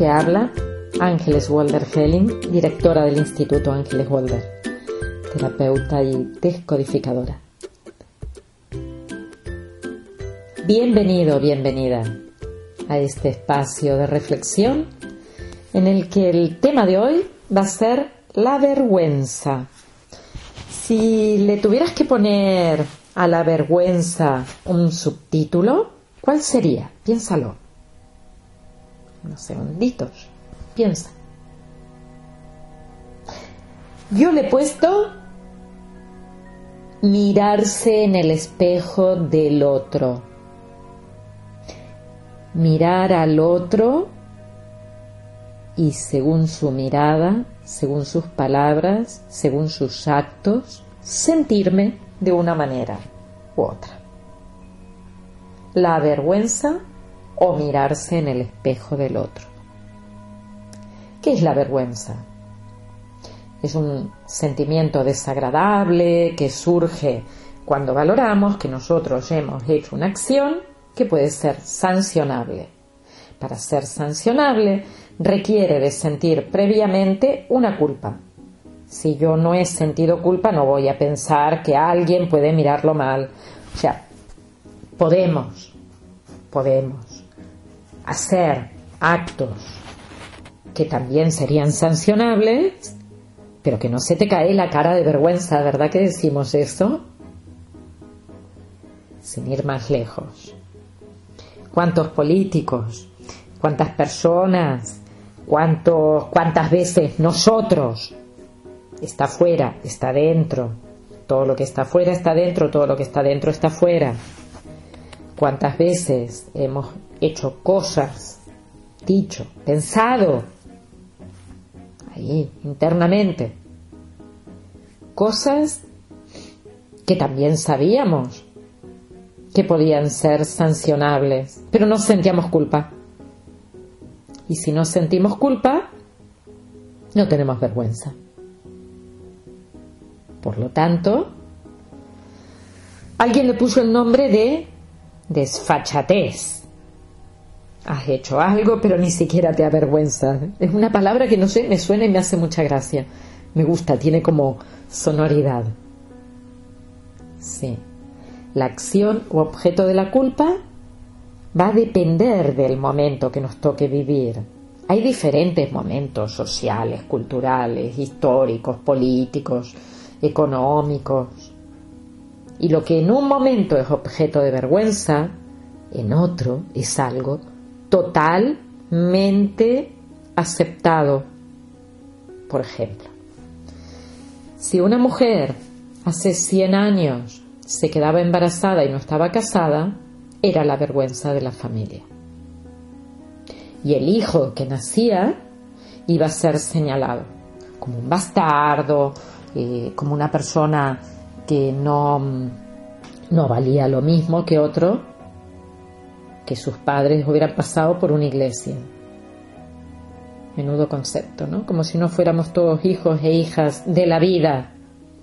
Te habla Ángeles Wolder-Helling, directora del Instituto Ángeles Wolder, terapeuta y descodificadora. Bienvenido, bienvenida a este espacio de reflexión en el que el tema de hoy va a ser la vergüenza. Si le tuvieras que poner a la vergüenza un subtítulo, ¿cuál sería? Piénsalo. Unos segunditos. Piensa. Yo le he puesto mirarse en el espejo del otro. Mirar al otro y según su mirada, según sus palabras, según sus actos, sentirme de una manera u otra. La vergüenza o mirarse en el espejo del otro. ¿Qué es la vergüenza? Es un sentimiento desagradable que surge cuando valoramos que nosotros hemos hecho una acción que puede ser sancionable. Para ser sancionable requiere de sentir previamente una culpa. Si yo no he sentido culpa, no voy a pensar que alguien puede mirarlo mal. O sea, podemos hacer actos que también serían sancionables, pero que no se te cae la cara de vergüenza, ¿verdad que decimos eso? Sin ir más lejos. ¿Cuántos políticos, cuántas personas, cuántas veces nosotros, está fuera, está dentro, todo lo que está fuera está dentro, todo lo que está dentro está fuera? ¿Cuántas veces hemos hecho cosas, dicho, pensado, ahí, internamente, cosas que también sabíamos que podían ser sancionables, pero no sentíamos culpa? Y si no sentimos culpa, no tenemos vergüenza. Por lo tanto, alguien le puso el nombre de desfachatez. Has hecho algo, pero ni siquiera te avergüenza. Es una palabra que no sé, me suena y me hace mucha gracia. Me gusta, tiene como sonoridad. Sí. La acción u objeto de la culpa va a depender del momento que nos toque vivir. Hay diferentes momentos sociales, culturales, históricos, políticos, económicos. Y lo que en un momento es objeto de vergüenza, en otro es algo totalmente aceptado. Por ejemplo, si una mujer hace 100 años se quedaba embarazada y no estaba casada, era la vergüenza de la familia. Y el hijo que nacía iba a ser señalado como un bastardo, como una persona que no valía lo mismo que otro, que sus padres hubieran pasado por una iglesia. Menudo concepto, ¿no? Como si no fuéramos todos hijos e hijas de la vida,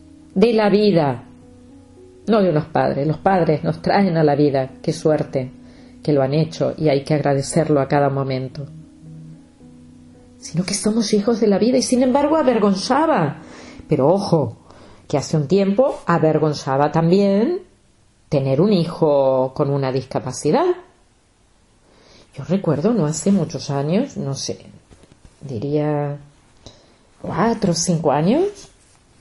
no de los padres. Los padres nos traen a la vida, qué suerte que lo han hecho y hay que agradecerlo a cada momento. Sino que somos hijos de la vida y sin embargo avergonzaba. Pero ojo, que hace un tiempo avergonzaba también tener un hijo con una discapacidad. Yo recuerdo, no hace muchos años, no sé, diría 4 o 5 años,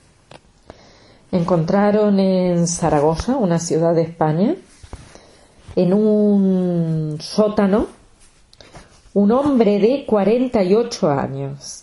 encontraron en Zaragoza, una ciudad de España, en un sótano, un hombre de 48 años,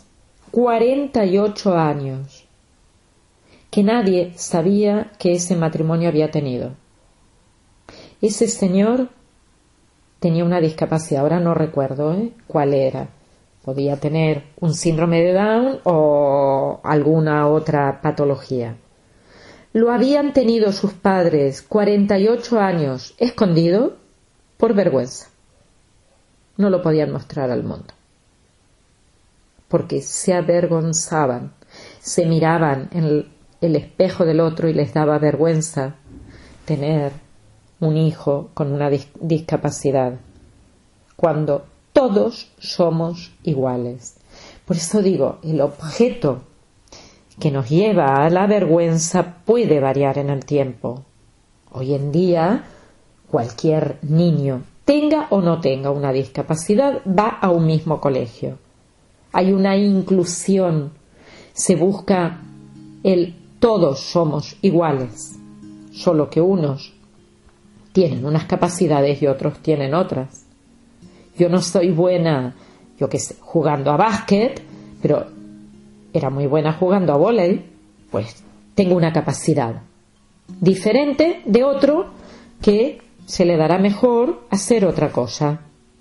que nadie sabía que ese matrimonio había tenido. Ese señor tenía una discapacidad, ahora no recuerdo cuál era. Podía tener un síndrome de Down o alguna otra patología. Lo habían tenido sus padres 48 años escondido por vergüenza. No lo podían mostrar al mundo. Porque se avergonzaban, se miraban en el espejo del otro y les daba vergüenza tener un hijo con una discapacidad. Cuando todos somos iguales. Por eso digo, el objeto que nos lleva a la vergüenza puede variar en el tiempo. Hoy en día, cualquier niño, tenga o no tenga una discapacidad, va a un mismo colegio. Hay una inclusión, se busca el todos somos iguales, solo que unos tienen unas capacidades y otros tienen otras. Yo no soy buena, yo qué sé, jugando a básquet, pero era muy buena jugando a vóley, pues tengo una capacidad diferente de otro que se le dará mejor hacer otra cosa.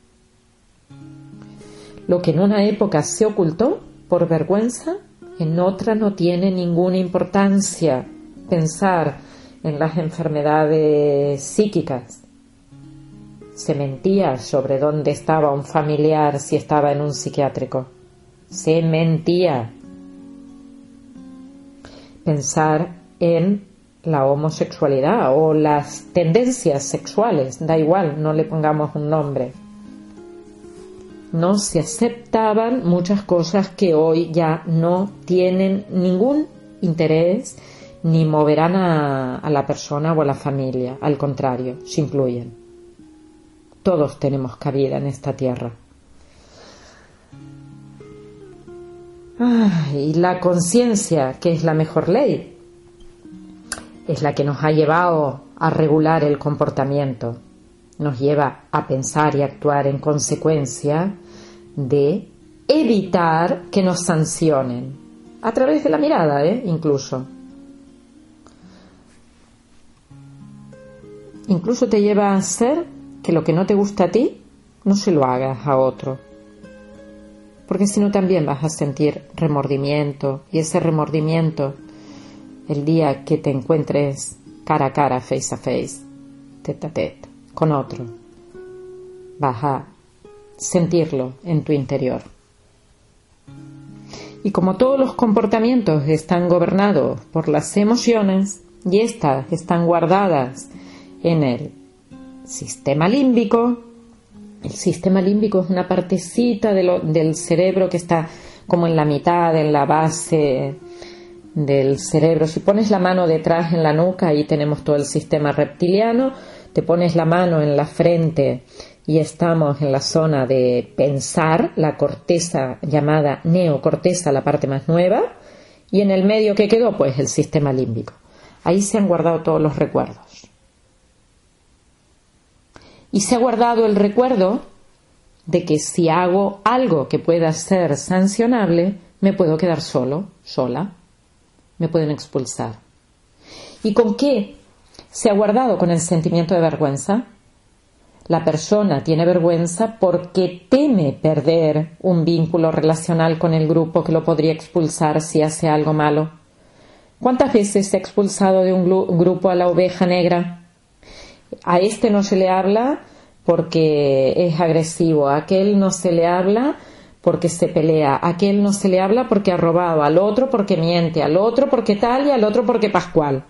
Lo que en una época se ocultó por vergüenza, en otra no tiene ninguna importancia. Pensar en las enfermedades psíquicas. Se mentía sobre dónde estaba un familiar si estaba en un psiquiátrico. Se mentía. Pensar en la homosexualidad o las tendencias sexuales, da igual, no le pongamos un nombre. No se aceptaban muchas cosas que hoy ya no tienen ningún interés ni moverán a la persona o a la familia, al contrario, se incluyen. Todos tenemos cabida en esta tierra. Y la conciencia, que es la mejor ley, es la que nos ha llevado a regular el comportamiento, nos lleva a pensar y actuar en consecuencia de evitar que nos sancionen, a través de la mirada, incluso. Incluso te lleva a hacer que lo que no te gusta a ti, no se lo hagas a otro. Porque si no también vas a sentir remordimiento, y ese remordimiento, el día que te encuentres cara a cara, face a face, tete a tete, con otro, vas a sentirlo en tu interior. Y como todos los comportamientos están gobernados por las emociones, y estas están guardadas en el sistema límbico. El sistema límbico es una partecita del cerebro que está como en la mitad, en la base del cerebro. Si pones la mano detrás en la nuca, ahí tenemos todo el sistema reptiliano. Te pones la mano en la frente y estamos en la zona de pensar, la corteza llamada neocorteza, la parte más nueva, y en el medio que quedó, pues el sistema límbico. Ahí se han guardado todos los recuerdos. Y se ha guardado el recuerdo de que si hago algo que pueda ser sancionable, me puedo quedar solo, sola, me pueden expulsar. ¿Y con qué se ha guardado? Con el sentimiento de vergüenza. La persona tiene vergüenza porque teme perder un vínculo relacional con el grupo que lo podría expulsar si hace algo malo. ¿Cuántas veces se ha expulsado de un grupo a la oveja negra? A este no se le habla porque es agresivo, a aquel no se le habla porque se pelea, a aquel no se le habla porque ha robado, al otro porque miente, al otro porque tal y al otro porque pascual.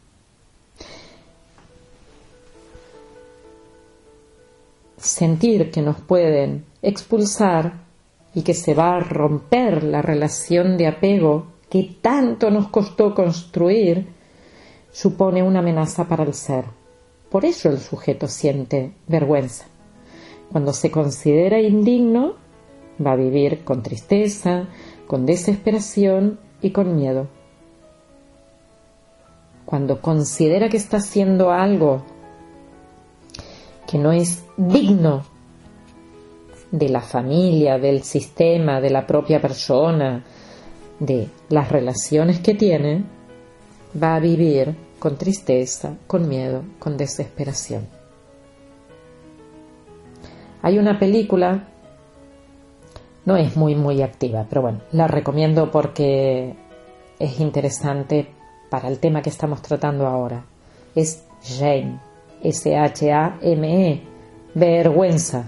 Sentir que nos pueden expulsar y que se va a romper la relación de apego que tanto nos costó construir supone una amenaza para el ser. Por eso el sujeto siente vergüenza. Cuando se considera indigno, va a vivir con tristeza, con desesperación y con miedo. Cuando considera que está haciendo algo que no es digno de la familia, del sistema, de la propia persona, de las relaciones que tiene, va a vivir con tristeza, con miedo, con desesperación. Hay una película, no es muy activa, pero bueno, la recomiendo porque es interesante para el tema que estamos tratando ahora. Es Shame, S-H-A-M-E, vergüenza,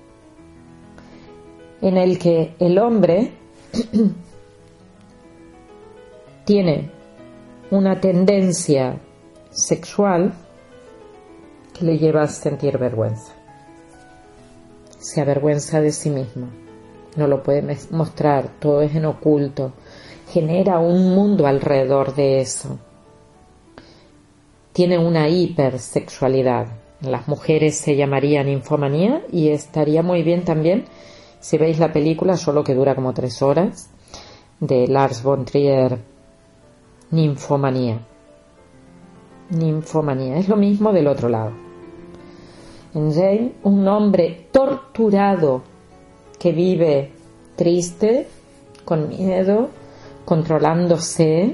en el que el hombre tiene una tendencia sexual que le lleva a sentir vergüenza. se avergüenza de sí mismo. No lo puede mostrar, todo es en oculto. Genera un mundo alrededor de eso. Tiene una hipersexualidad. En las mujeres se llamaría ninfomanía y estaría muy bien también si veis la película, solo que dura como 3 horas, de Lars von Trier, Ninfomanía. Ninfomanía, es lo mismo del otro lado. En Jane, un hombre torturado que vive triste, con miedo, controlándose,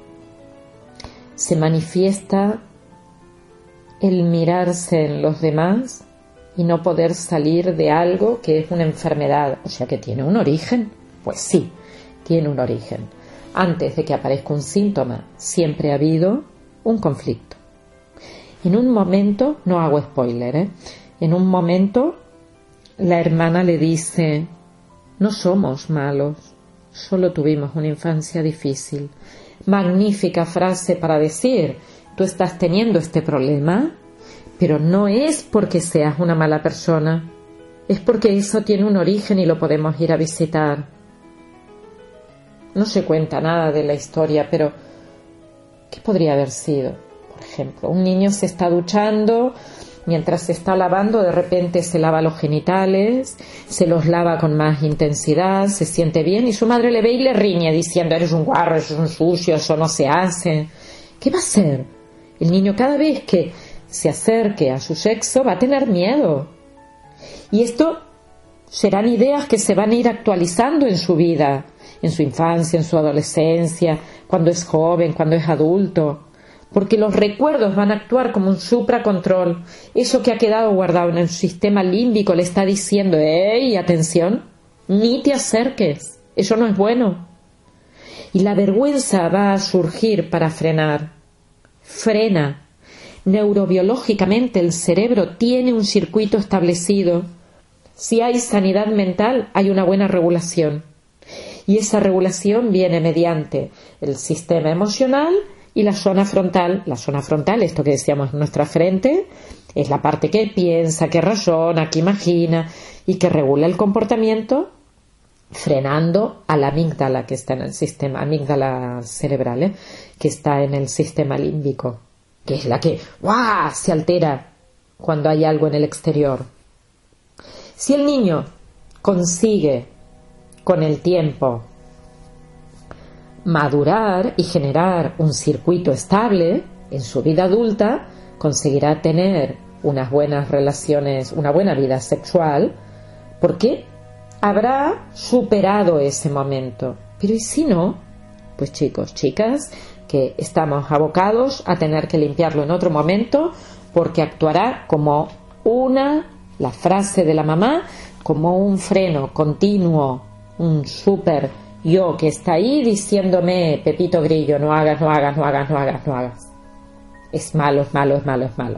se manifiesta el mirarse en los demás y no poder salir de algo que es una enfermedad, o sea que tiene un origen. Pues sí, tiene un origen. Antes de que aparezca un síntoma, siempre ha habido un conflicto. En un momento, no hago spoiler, en un momento la hermana le dice: no somos malos, solo tuvimos una infancia difícil. Magnífica frase para decir: tú estás teniendo este problema, pero no es porque seas una mala persona, es porque eso tiene un origen y lo podemos ir a visitar. No se cuenta nada de la historia, pero ¿qué podría haber sido? Por ejemplo, un niño se está duchando, mientras se está lavando, de repente se lava los genitales, se los lava con más intensidad, se siente bien y su madre le ve y le riñe diciendo: eres un guarro, eso es un sucio, eso no se hace. ¿Qué va a hacer? El niño, cada vez que se acerque a su sexo, va a tener miedo. Y esto serán ideas que se van a ir actualizando en su vida, en su infancia, en su adolescencia, cuando es joven, cuando es adulto, porque los recuerdos van a actuar como un supracontrol. Eso que ha quedado guardado en el sistema límbico le está diciendo: ¡ey, atención! Ni te acerques, eso no es bueno. Y la vergüenza va a surgir para frenar. Frena. Neurobiológicamente el cerebro tiene un circuito establecido. Si hay sanidad mental, hay una buena regulación. Y esa regulación viene mediante el sistema emocional y la zona frontal. La zona frontal, esto que decíamos en nuestra frente, es la parte que piensa, que razona, que imagina y que regula el comportamiento, frenando a la amígdala que está en el sistema, amígdala cerebral, que está en el sistema límbico, que es la que ¡guau!, se altera cuando hay algo en el exterior. Si el niño consigue con el tiempo madurar y generar un circuito estable en su vida adulta, conseguirá tener unas buenas relaciones, una buena vida sexual, porque habrá superado ese momento. Pero ¿y si no? Pues chicos, chicas, que estamos abocados a tener que limpiarlo en otro momento, porque actuará como la frase de la mamá, como un freno continuo, un super yo que está ahí diciéndome: Pepito Grillo, no hagas, no hagas, no hagas, no hagas, no hagas. Es malo, es malo, es malo, es malo.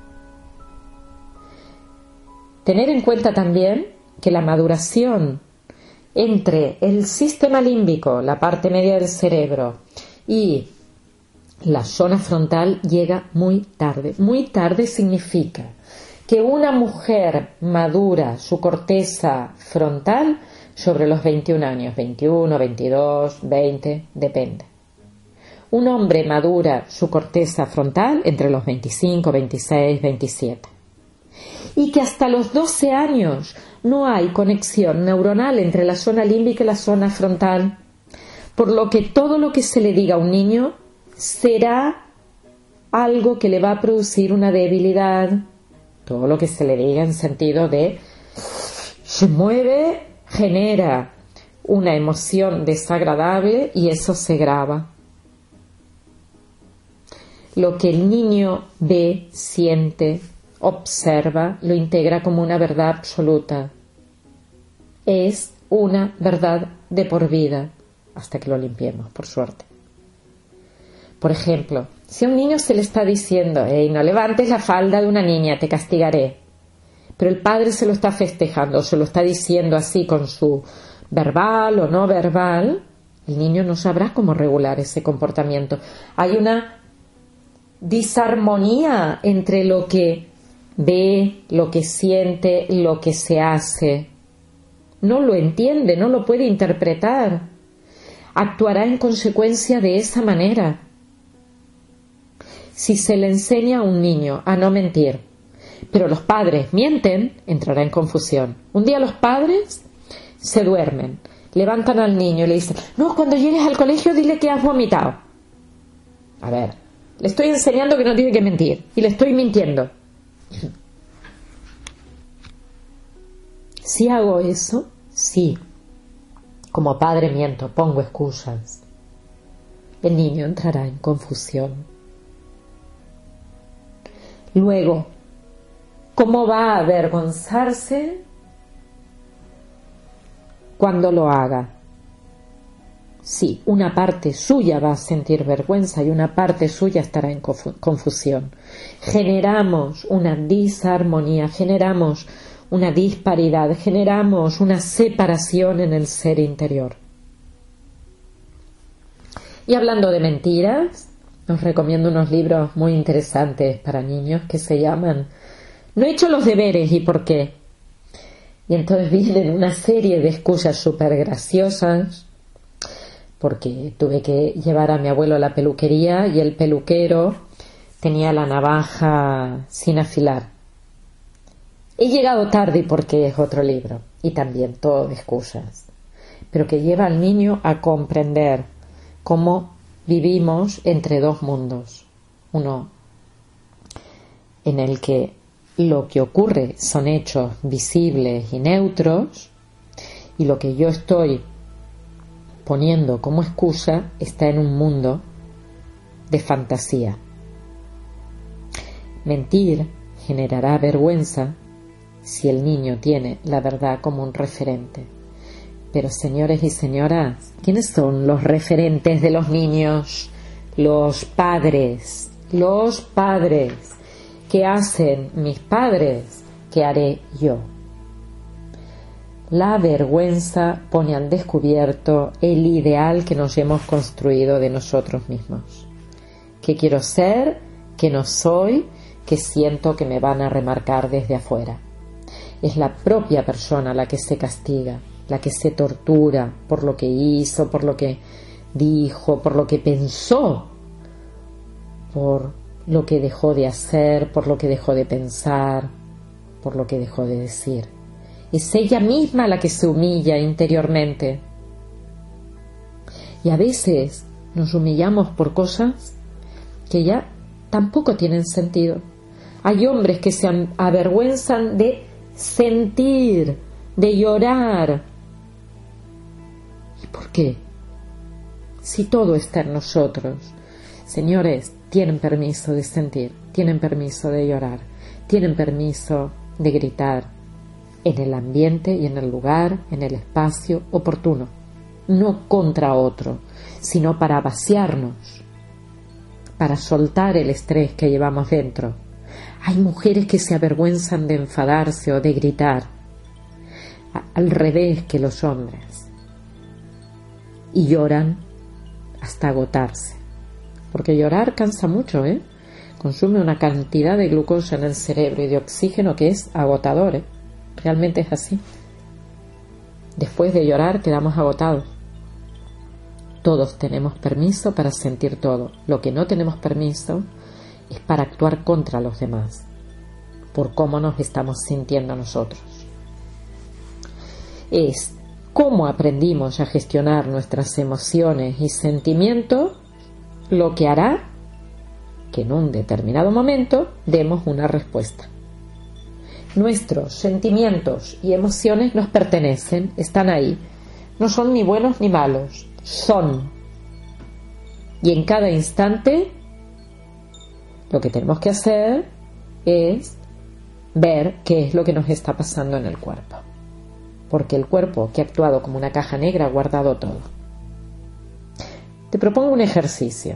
Tener en cuenta también que la maduración entre el sistema límbico, la parte media del cerebro, y la zona frontal llega muy tarde. Muy tarde significa que una mujer madura su corteza frontal sobre los 21 años, 21, 22, 20, depende. Un hombre madura su corteza frontal entre los 25, 26, 27. Y que hasta los 12 años no hay conexión neuronal entre la zona límbica y la zona frontal, por lo que todo lo que se le diga a un niño será algo que le va a producir una debilidad. Todo lo que se le diga en sentido de se mueve, genera una emoción desagradable y eso se graba. Lo que el niño ve, siente, observa, lo integra como una verdad absoluta. Es una verdad de por vida, hasta que lo limpiemos, por suerte. Por ejemplo, si a un niño se le está diciendo: hey, no levantes la falda de una niña, te castigaré, pero el padre se lo está festejando, se lo está diciendo así con su verbal o no verbal, el niño no sabrá cómo regular ese comportamiento. Hay una disarmonía entre lo que ve lo que siente, lo que se hace. No lo entiende, no lo puede interpretar. Actuará en consecuencia de esa manera. Si se le enseña a un niño a no mentir, pero los padres mienten, entrará en confusión. Un día los padres se duermen, levantan al niño y le dicen: no, cuando llegues al colegio dile que has vomitado. A ver, le estoy enseñando que no tiene que mentir y le estoy mintiendo. Si hago eso, sí, como padre miento, pongo excusas. El niño entrará en confusión. Luego, ¿cómo va a avergonzarse cuando lo haga? Sí, una parte suya va a sentir vergüenza y una parte suya estará en confusión. Generamos una disarmonía, generamos una disparidad, generamos una separación en el ser interior. Y hablando de mentiras, os recomiendo unos libros muy interesantes para niños que se llaman No he hecho los deberes y por qué. Y entonces vienen una serie de excusas súper graciosas, porque tuve que llevar a mi abuelo a la peluquería y el peluquero tenía la navaja sin afilar. He llegado tarde porque es otro libro, y también todo de excusas, pero que lleva al niño a comprender cómo vivimos entre dos mundos. Uno en el que lo que ocurre son hechos visibles y neutros, y lo que yo estoy poniendo como excusa está en un mundo de fantasía. Mentir generará vergüenza si el niño tiene la verdad como un referente. Pero señores y señoras, ¿quiénes son los referentes de los niños? Los padres. Los padres. ¿Qué hacen mis padres? ¿Qué haré yo? La vergüenza pone al descubierto el ideal que nos hemos construido de nosotros mismos. ¿Qué quiero ser? ¿Qué no soy? ¿Qué siento que me van a remarcar desde afuera? Es la propia persona la que se castiga, la que se tortura por lo que hizo, por lo que dijo, por lo que pensó, por lo que dejó de hacer, por lo que dejó de pensar, por lo que dejó de decir. Es ella misma la que se humilla interiormente. Y a veces nos humillamos por cosas que ya tampoco tienen sentido. Hay hombres que se avergüenzan de sentir, de llorar. ¿Y por qué? Si todo está en nosotros. Señores, tienen permiso de sentir, tienen permiso de llorar, tienen permiso de gritar en el ambiente y en el lugar, en el espacio oportuno, no contra otro, sino para vaciarnos, para soltar el estrés que llevamos dentro. Hay mujeres que se avergüenzan de enfadarse o de gritar, al revés que los hombres, y lloran hasta agotarse, porque llorar cansa mucho, consume una cantidad de glucosa en el cerebro y de oxígeno que es agotador, realmente es así. Después de llorar quedamos agotados. Todos tenemos permiso para sentir todo. Lo que no tenemos permiso es para actuar contra los demás, por cómo nos estamos sintiendo nosotros. Es cómo aprendimos a gestionar nuestras emociones y sentimientos lo que hará que en un determinado momento demos una respuesta. Nuestros sentimientos y emociones nos pertenecen, están ahí, no son ni buenos ni malos, son. Y en cada instante lo que tenemos que hacer es ver qué es lo que nos está pasando en el cuerpo, porque el cuerpo, que ha actuado como una caja negra, ha guardado todo. Te propongo un ejercicio.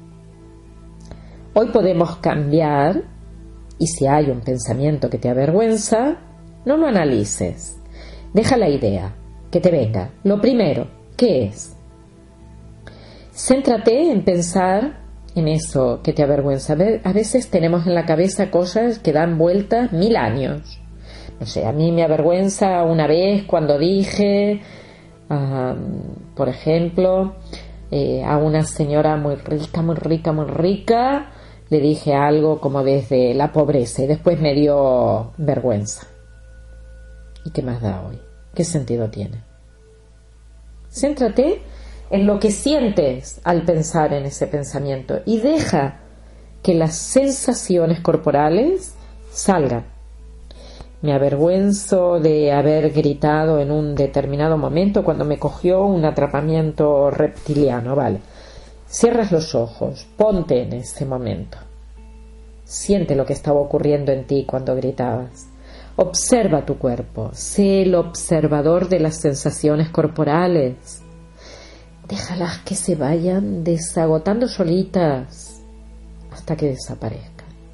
Hoy podemos cambiar, y si hay un pensamiento que te avergüenza, no lo analices. Deja la idea que te venga. Lo primero, ¿qué es? Céntrate en pensar en eso que te avergüenza. A veces tenemos en la cabeza cosas que dan vueltas 1000 años. No sé, a mí me avergüenza una vez cuando dije, por ejemplo, a una señora muy rica, le dije algo como desde la pobreza y después me dio vergüenza. ¿Y qué más da hoy? ¿Qué sentido tiene? Céntrate en lo que sientes al pensar en ese pensamiento y deja que las sensaciones corporales salgan. Me avergüenzo de haber gritado en un determinado momento cuando me cogió un atrapamiento reptiliano. Vale, cierras los ojos, ponte en ese momento. Siente lo que estaba ocurriendo en ti cuando gritabas. Observa tu cuerpo, sé el observador de las sensaciones corporales. Déjalas que se vayan desagotando solitas hasta que desaparezcan.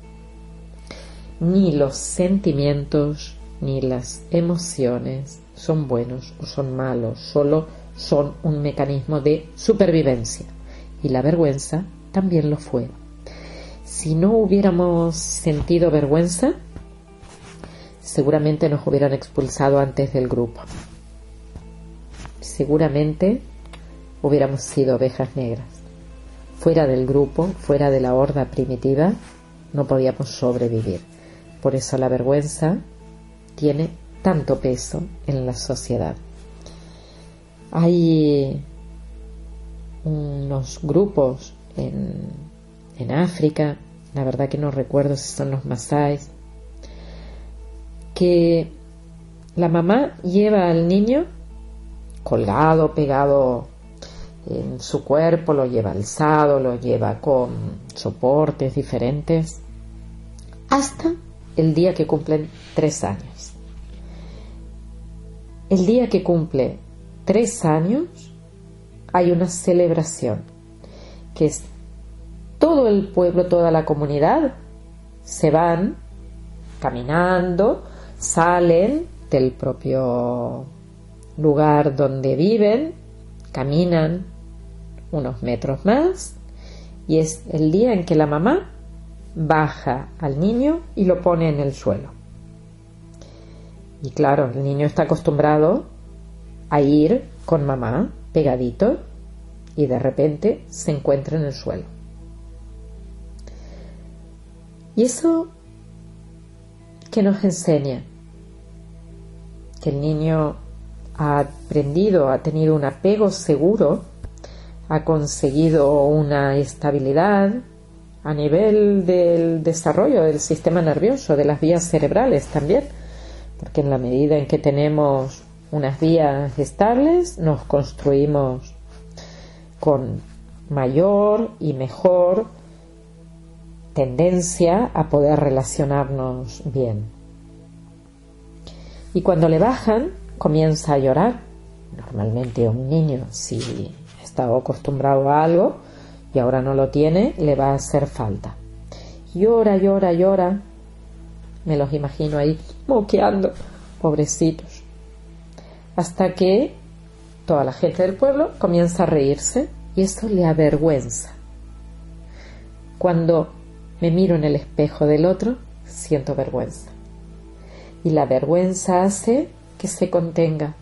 Ni los sentimientos ni las emociones son buenos o son malos, solo son un mecanismo de supervivencia. Y la vergüenza también lo fue. Si no hubiéramos sentido vergüenza, seguramente nos hubieran expulsado antes del grupo. Seguramente hubiéramos sido ovejas negras. Fuera del grupo, fuera de la horda primitiva, no podíamos sobrevivir. Por eso la vergüenza tiene tanto peso en la sociedad. Hay unos grupos en África, la verdad que no recuerdo si son los masáis, que la mamá lleva al niño colgado, pegado en su cuerpo, lo lleva alzado, lo lleva con soportes diferentes, hasta el día que cumplen 3 años. El día que cumple 3 años hay una celebración, que es todo el pueblo, toda la comunidad, se van caminando, salen del propio lugar donde viven, caminan unos metros más y es el día en que la mamá baja al niño y lo pone en el suelo. Y claro, el niño está acostumbrado a ir con mamá pegadito y de repente se encuentra en el suelo. Y eso, ¿qué nos enseña? Que el niño ha aprendido, ha tenido un apego seguro, ha conseguido una estabilidad a nivel del desarrollo del sistema nervioso, de las vías cerebrales también, porque en la medida en que tenemos unas vías estables, nos construimos con mayor y mejor tendencia a poder relacionarnos bien. Y cuando le bajan, comienza a llorar. Normalmente un niño, si estaba acostumbrado a algo y ahora no lo tiene, le va a hacer falta. Llora, llora, llora. Me los imagino ahí moqueando, pobrecitos. Hasta que toda la gente del pueblo comienza a reírse y eso le avergüenza. Cuando me miro en el espejo del otro, siento vergüenza. Y la vergüenza hace que se contenga.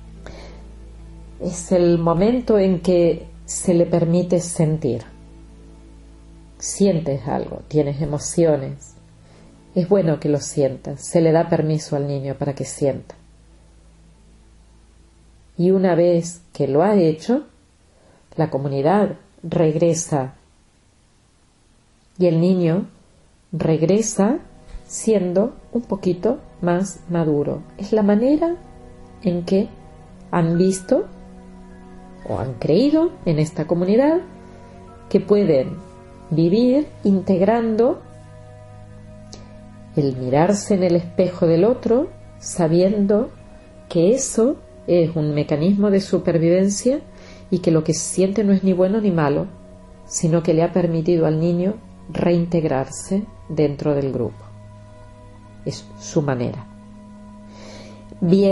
Es el momento en que se le permite sentir. Sientes algo, tienes emociones. Es bueno que lo sientas. Se le da permiso al niño para que sienta. Y una vez que lo ha hecho, la comunidad regresa. Y el niño regresa siendo un poquito más maduro. Es la manera en que han visto o han creído en esta comunidad que pueden vivir integrando el mirarse en el espejo del otro, sabiendo que eso es un mecanismo de supervivencia y que lo que siente no es ni bueno ni malo, sino que le ha permitido al niño reintegrarse dentro del grupo. Es su manera.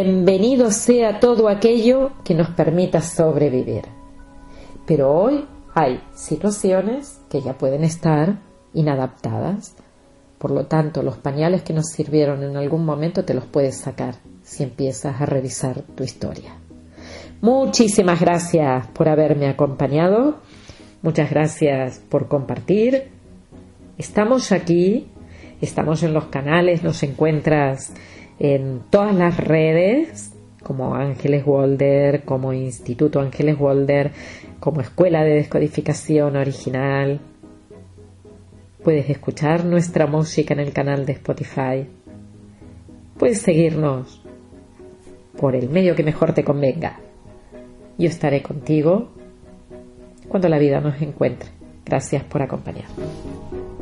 Bienvenido sea todo aquello que nos permita sobrevivir. Pero hoy hay situaciones que ya pueden estar inadaptadas. Por lo tanto, los pañales que nos sirvieron en algún momento te los puedes sacar si empiezas a revisar tu historia. Muchísimas gracias por haberme acompañado. Muchas gracias por compartir. Estamos aquí, estamos en los canales, nos encuentras en todas las redes, como Ángeles Walder, como Instituto Ángeles Walder, como Escuela de Descodificación Original. Puedes escuchar nuestra música en el canal de Spotify. Puedes seguirnos por el medio que mejor te convenga. Yo estaré contigo cuando la vida nos encuentre. Gracias por acompañarnos.